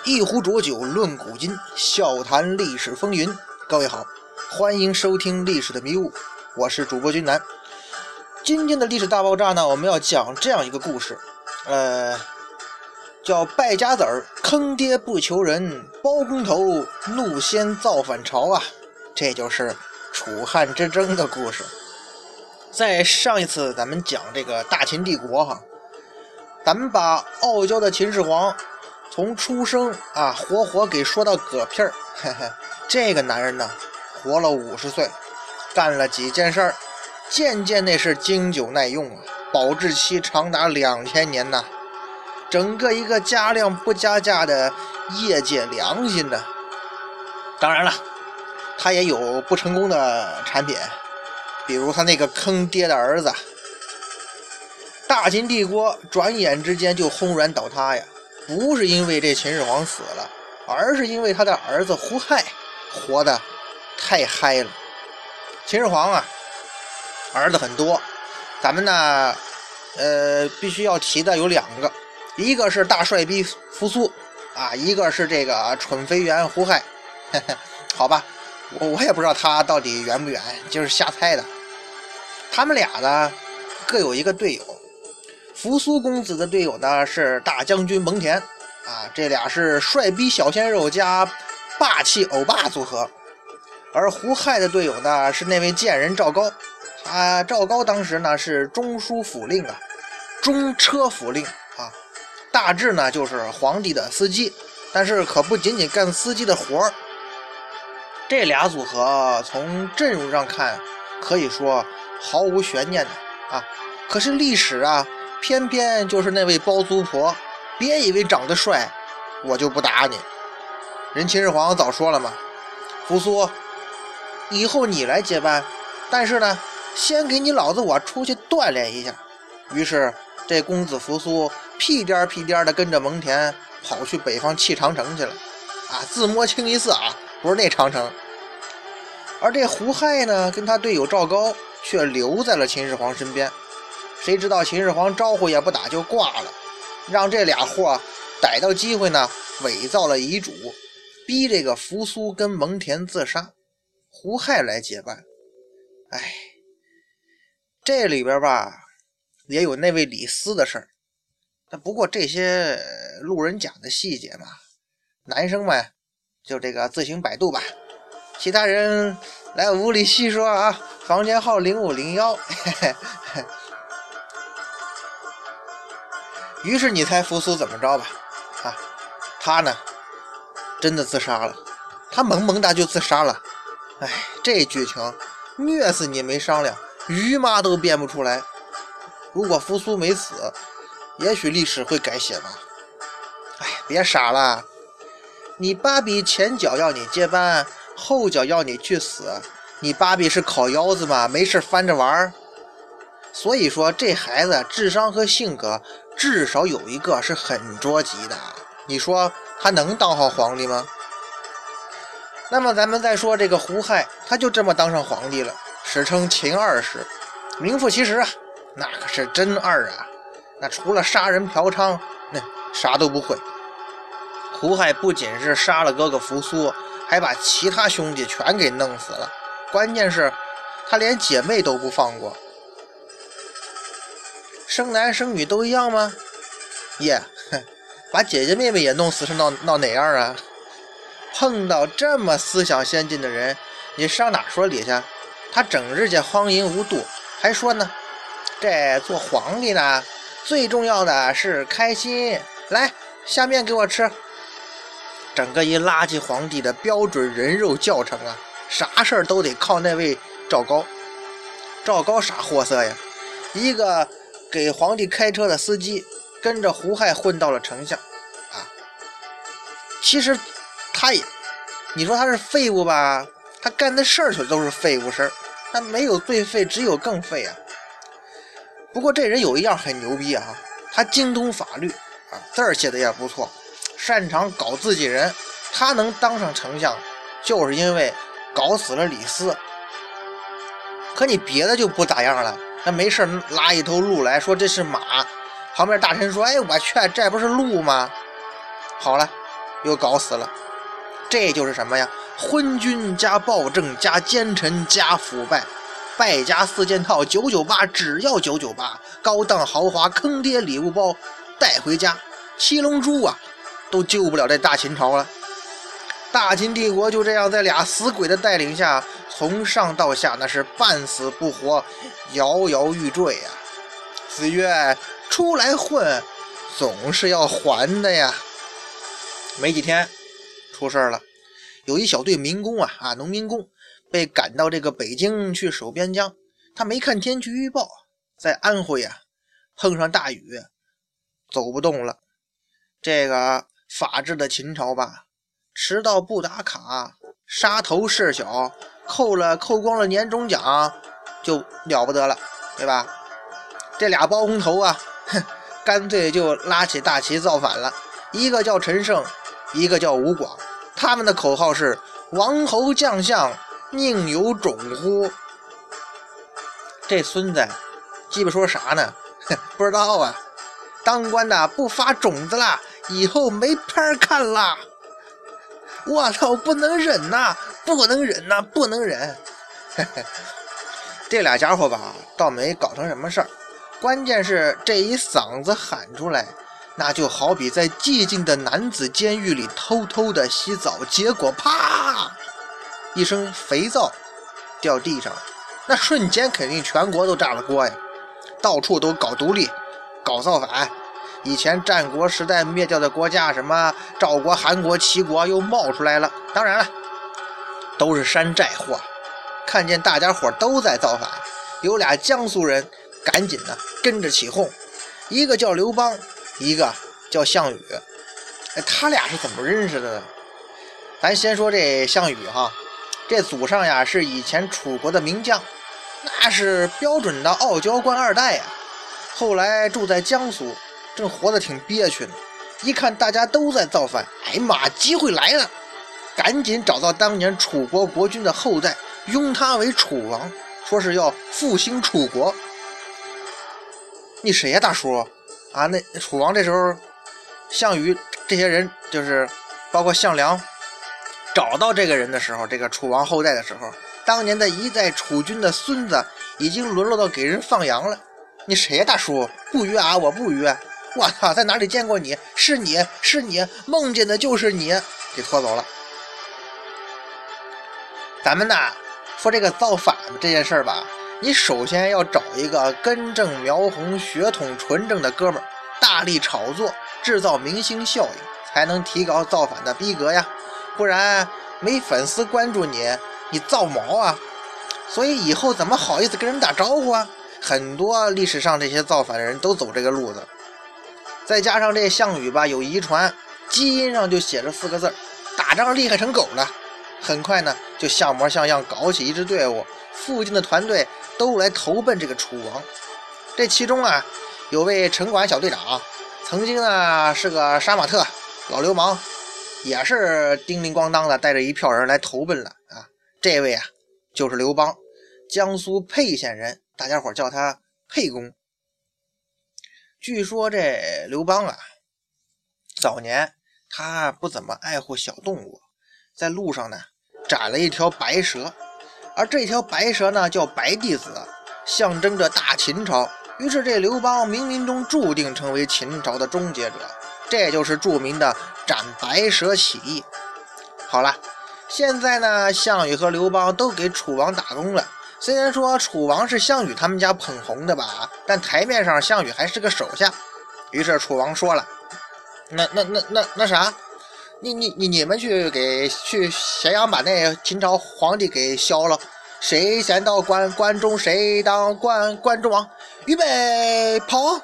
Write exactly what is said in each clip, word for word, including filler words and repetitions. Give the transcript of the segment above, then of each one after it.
一壶浊酒论古今，笑谈历史风云。各位好，欢迎收听历史的迷雾，我是主播君南。今天的历史大爆炸呢，我们要讲这样一个故事，呃，叫败家子儿坑爹不求人，包工头怒先造反朝啊，这就是楚汉之争的故事。在上一次咱们讲这个大秦帝国哈，咱们把傲娇的秦始皇从出生啊活活给说到嗝屁儿，嘿嘿，这个男人呢活了五十岁，干了几件事儿，件件那是经久耐用啊，保质期长达两千年呐，整个一个加量不加价的业界良心呢。当然了，他也有不成功的产品，比如他那个坑爹的儿子。大秦帝国转眼之间就轰然倒塌呀，不是因为这秦始皇死了，而是因为他的儿子胡亥活得太嗨了。秦始皇啊，儿子很多，咱们呢，呃，必须要提的有两个，一个是大帅逼扶苏啊，一个是这个蠢肥圆胡亥。呵呵，好吧，我我也不知道他到底圆不圆，就是瞎猜的。他们俩呢，各有一个队友。扶苏公子的队友呢是大将军蒙恬啊，这俩是帅逼小鲜肉加霸气欧巴组合。而胡亥的队友呢是那位贱人赵高，啊，赵高当时呢是中书府令啊，中车府令啊，大致呢就是皇帝的司机，但是可不仅仅干司机的活儿。这俩组合从阵容上看可以说毫无悬念的啊，可是历史啊偏偏就是那位包租婆，别以为长得帅我就不打你。人秦始皇早说了嘛，扶苏以后你来接班，但是呢先给你老子我出去锻炼一下。于是这公子扶苏屁颠屁颠的跟着蒙恬跑去北方砌长城去了啊，自摸清一色啊，不是那长城。而这胡亥呢跟他队友赵高却留在了秦始皇身边，谁知道秦始皇招呼也不打就挂了，让这俩货逮到机会呢伪造了遗嘱，逼这个扶苏跟蒙恬自杀，胡亥来接班。哎，这里边吧也有那位李斯的事儿，但不过这些路人甲的细节嘛，男生们就这个自行百度吧，其他人来屋里细说啊，房间号零五零一。于是你猜扶苏怎么着吧？啊，他呢，真的自杀了，他萌萌哒就自杀了。哎，这剧情虐死你没商量，鱼妈都编不出来。如果扶苏没死，也许历史会改写吧。哎，别傻了，你芭比前脚要你接班，后脚要你去死，你芭比是烤腰子吗？没事翻着玩。所以说这孩子智商和性格至少有一个是很捉急的，你说他能当好皇帝吗？那么咱们再说这个胡亥，他就这么当上皇帝了，史称秦二世，名副其实啊，那可是真二啊，那除了杀人嫖娼那啥都不会。胡亥不仅是杀了哥哥扶苏，还把其他兄弟全给弄死了，关键是他连姐妹都不放过。生男生女都一样吗？耶、yeah, 把姐姐妹妹也弄死是闹闹哪样啊？碰到这么思想先进的人，你上哪说理去？他整日家荒淫无度，还说呢，这做皇帝呢最重要的是开心，来下面给我吃。整个一垃圾皇帝的标准人肉教程啊，啥事儿都得靠那位赵高。赵高啥货色呀，一个给皇帝开车的司机，跟着胡亥混到了丞相啊。其实他也，你说他是废物吧，他干的事儿却都是废物事儿，他没有最废，只有更废啊。不过这人有一样很牛逼啊，他精通法律啊，字儿写的也不错，擅长搞自己人。他能当上丞相，就是因为搞死了李斯。可你别的就不咋样了，他没事拉一头鹿来说这是马，旁边大臣说，哎我去，这不是鹿吗？好了， 又搞死了。这就是什么呀？昏君加暴政加奸臣加腐败，败家四件套九九八，只要九九八，高档豪华坑爹礼物包带回家，七龙珠啊都救不了这大秦朝了。大秦帝国就这样在俩死鬼的带领下，从上到下那是半死不活，摇摇欲坠呀、啊。子曰：出来混总是要还的呀。没几天出事了，有一小队民工啊啊农民工被赶到这个北京去守边疆，他没看天气预报，在安徽啊碰上大雨，走不动了。这个法治的秦朝吧，迟到不打卡，杀头事小，扣了扣光了年终奖就了不得了，对吧？这俩包工头啊，哼，干脆就拉起大旗造反了。一个叫陈胜，一个叫吴广，他们的口号是王侯将相宁有种乎。这孙子鸡巴说啥呢？不知道啊。当官的不发种子啦，以后没拍看啦。我操，不能忍呐，不能忍呐，不能忍。这俩家伙吧，倒没搞成什么事儿，关键是这一嗓子喊出来，那就好比在寂静的男子监狱里偷偷的洗澡，结果啪一声肥皂掉地上，那瞬间肯定全国都炸了锅呀，到处都搞独立搞造反。以前战国时代灭掉的国家，什么赵国韩国齐国又冒出来了，当然了都是山寨货。看见大家伙都在造反，有俩江苏人赶紧呢跟着起哄，一个叫刘邦，一个叫项羽。哎，他俩是怎么认识的呢？咱先说这项羽哈，这祖上呀是以前楚国的名将，那是标准的傲娇官二代呀。后来住在江苏，正活得挺憋屈呢，一看大家都在造反，哎妈，机会来了，赶紧找到当年楚国国君的后代，拥他为楚王，说是要复兴楚国。你谁呀大叔啊？那楚王这时候项羽这些人，就是包括项梁，找到这个人的时候，这个楚王后代的时候，当年的一代楚军的孙子已经沦落到给人放羊了。你谁呀大叔？不约啊，我不约。我操，在哪里见过你？是你是你梦见的就是你，给拖走了。咱们呐说这个造反这件事儿吧，你首先要找一个根正苗红血统纯正的哥们儿，大力炒作制造明星效应，才能提高造反的逼格呀，不然没粉丝关注你，你造毛啊。所以以后怎么好意思跟人打招呼啊？很多历史上这些造反的人都走这个路子。再加上这项羽吧有遗传，基因上就写着四个字，打仗厉害成狗了。很快呢就像模像样搞起一支队伍，附近的团队都来投奔这个楚王。这其中啊有位城管小队长，曾经呢是个杀马特老流氓，也是叮铃咣当的带着一票人来投奔了啊。这位啊就是刘邦，江苏沛县人，大家伙叫他沛公。据说这刘邦啊早年他不怎么爱护小动物，在路上呢斩了一条白蛇，而这条白蛇呢叫白帝子，象征着大秦朝。于是这刘邦冥冥中注定成为秦朝的终结者，这就是著名的斩白蛇起义。好了，现在呢项羽和刘邦都给楚王打工了，虽然说楚王是项羽他们家捧红的吧，但台面上项羽还是个手下。于是楚王说了，那那那那那啥，你你你你们去给去咸阳把那秦朝皇帝给削了，谁先到关关中谁当关关中王，预备跑。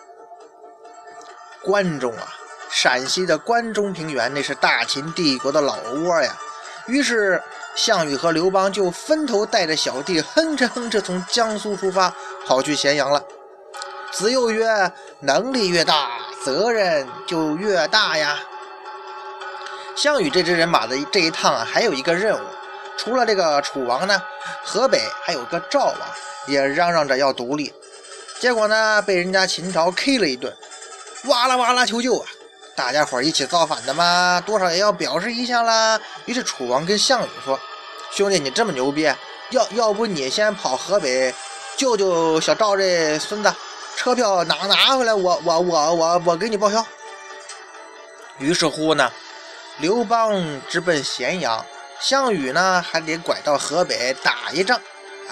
关中啊，陕西的关中平原，那是大秦帝国的老窝呀。于是项羽和刘邦就分头带着小弟哼哧哼哧从江苏出发，跑去咸阳了。子又曰，能力越大责任就越大呀。项羽这支人马的这一趟啊还有一个任务，除了这个楚王呢，河北还有个赵王也嚷嚷着要独立，结果呢被人家秦朝 K 了一顿，哇啦哇啦求救啊。 大家伙一起造反的嘛，多少也要表示一下啦。于是楚王跟项羽说：兄弟，你这么牛逼，要要不你先跑河北救救小赵这孙子，车票拿拿回来，我我我我我给你报销。于是乎呢，刘邦直奔咸阳，项羽呢还得拐到河北打一仗啊。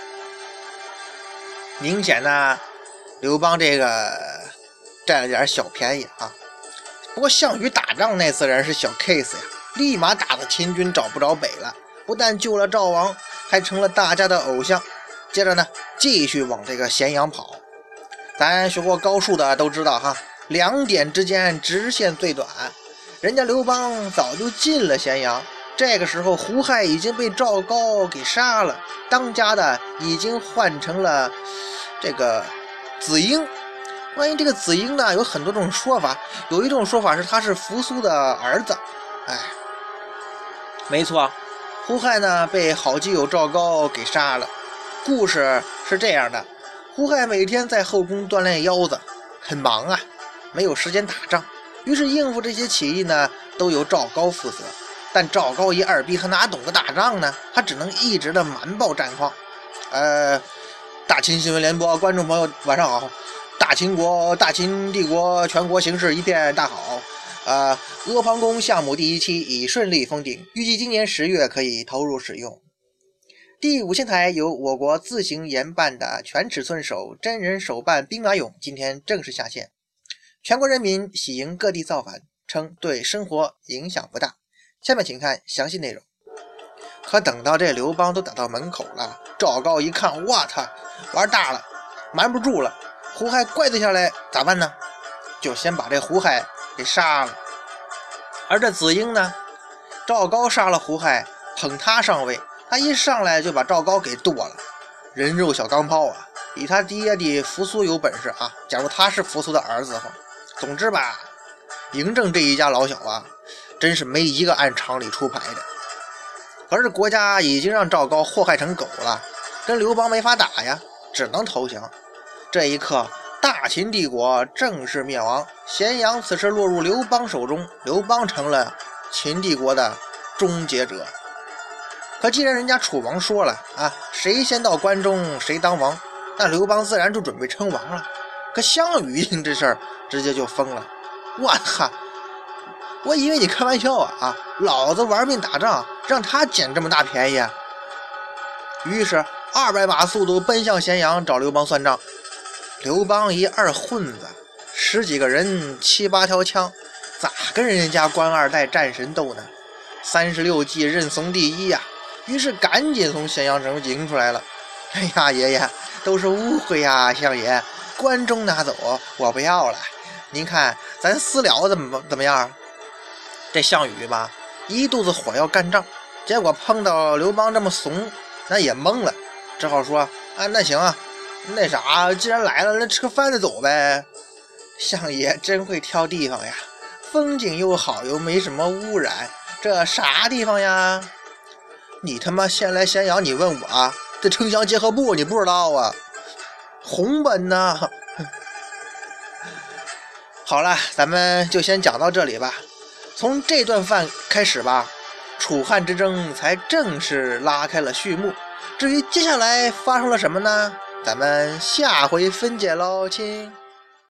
明显呢，刘邦这个占了点小便宜啊。不过项羽打仗那次人是小 case 呀，立马打的秦军找不着北了，不但救了赵王，还成了大家的偶像。接着呢，继续往这个咸阳跑。咱学过高数的都知道哈，两点之间直线最短。人家刘邦早就进了咸阳，这个时候胡亥已经被赵高给杀了，当家的已经换成了这个子婴。关于这个子婴呢，有很多种说法，有一种说法是他是扶苏的儿子。哎，没错，胡亥呢被好基友赵高给杀了。故事是这样的，胡亥每天在后宫锻炼腰子，很忙啊，没有时间打仗，于是应付这些起义呢都由赵高负责。但赵高一二逼，他哪懂得打仗呢？他只能一直的瞒报战况。呃，大秦新闻联播观众朋友晚上好，大秦国大秦帝国全国形势一片大好。呃，阿房宫项目第一期已顺利封顶，预计今年十月可以投入使用。第五千台由我国自行研办的全尺寸手真人手办兵马俑今天正式下线，全国人民喜迎各地造反，称对生活影响不大。下面请看详细内容。可等到这刘邦都打到门口了，赵高一看，哇操，玩大了，瞒不住了，胡亥怪罪下来咋办呢？就先把这胡亥给杀了。而这子婴呢，赵高杀了胡亥，捧他上位，他一上来就把赵高给剁了，人肉小钢炮啊，比他爹的扶苏有本事啊！假如他是扶苏的儿子的话，总之吧，嬴政这一家老小啊，真是没一个按常理出牌的。可是国家已经让赵高祸害成狗了，跟刘邦没法打呀，只能投降。这一刻，大秦帝国正式灭亡，咸阳此时落入刘邦手中，刘邦成了秦帝国的终结者。可既然人家楚王说了啊，谁先到关中谁当王，那刘邦自然就准备称王了。可项羽一听这事儿，直接就疯了。我操！我以为你开玩笑啊！啊，老子玩命打仗，让他捡这么大便宜啊！于是二百马速度奔向咸阳找刘邦算账。刘邦一二混子，十几个人，七八条枪，咋跟人家官二代战神斗呢？三十六计，认怂第一呀！于是赶紧从咸阳城迎出来了。哎呀，爷爷，都是误会呀，相爷，关中拿走，我不要了。您看咱私了怎么怎么样？这项羽吧，一肚子火要干仗，结果碰到刘邦这么怂，那也懵了，只好说啊，那行啊，那啥，既然来了，那吃个饭就走呗。相爷真会挑地方呀，风景又好，又没什么污染，这啥地方呀？你他妈先来咸阳，你问我啊，这城乡结合部你不知道啊？红本呐。好了，咱们就先讲到这里吧。从这顿饭开始吧，楚汉之争才正式拉开了序幕。至于接下来发生了什么呢？咱们下回分解喽，亲。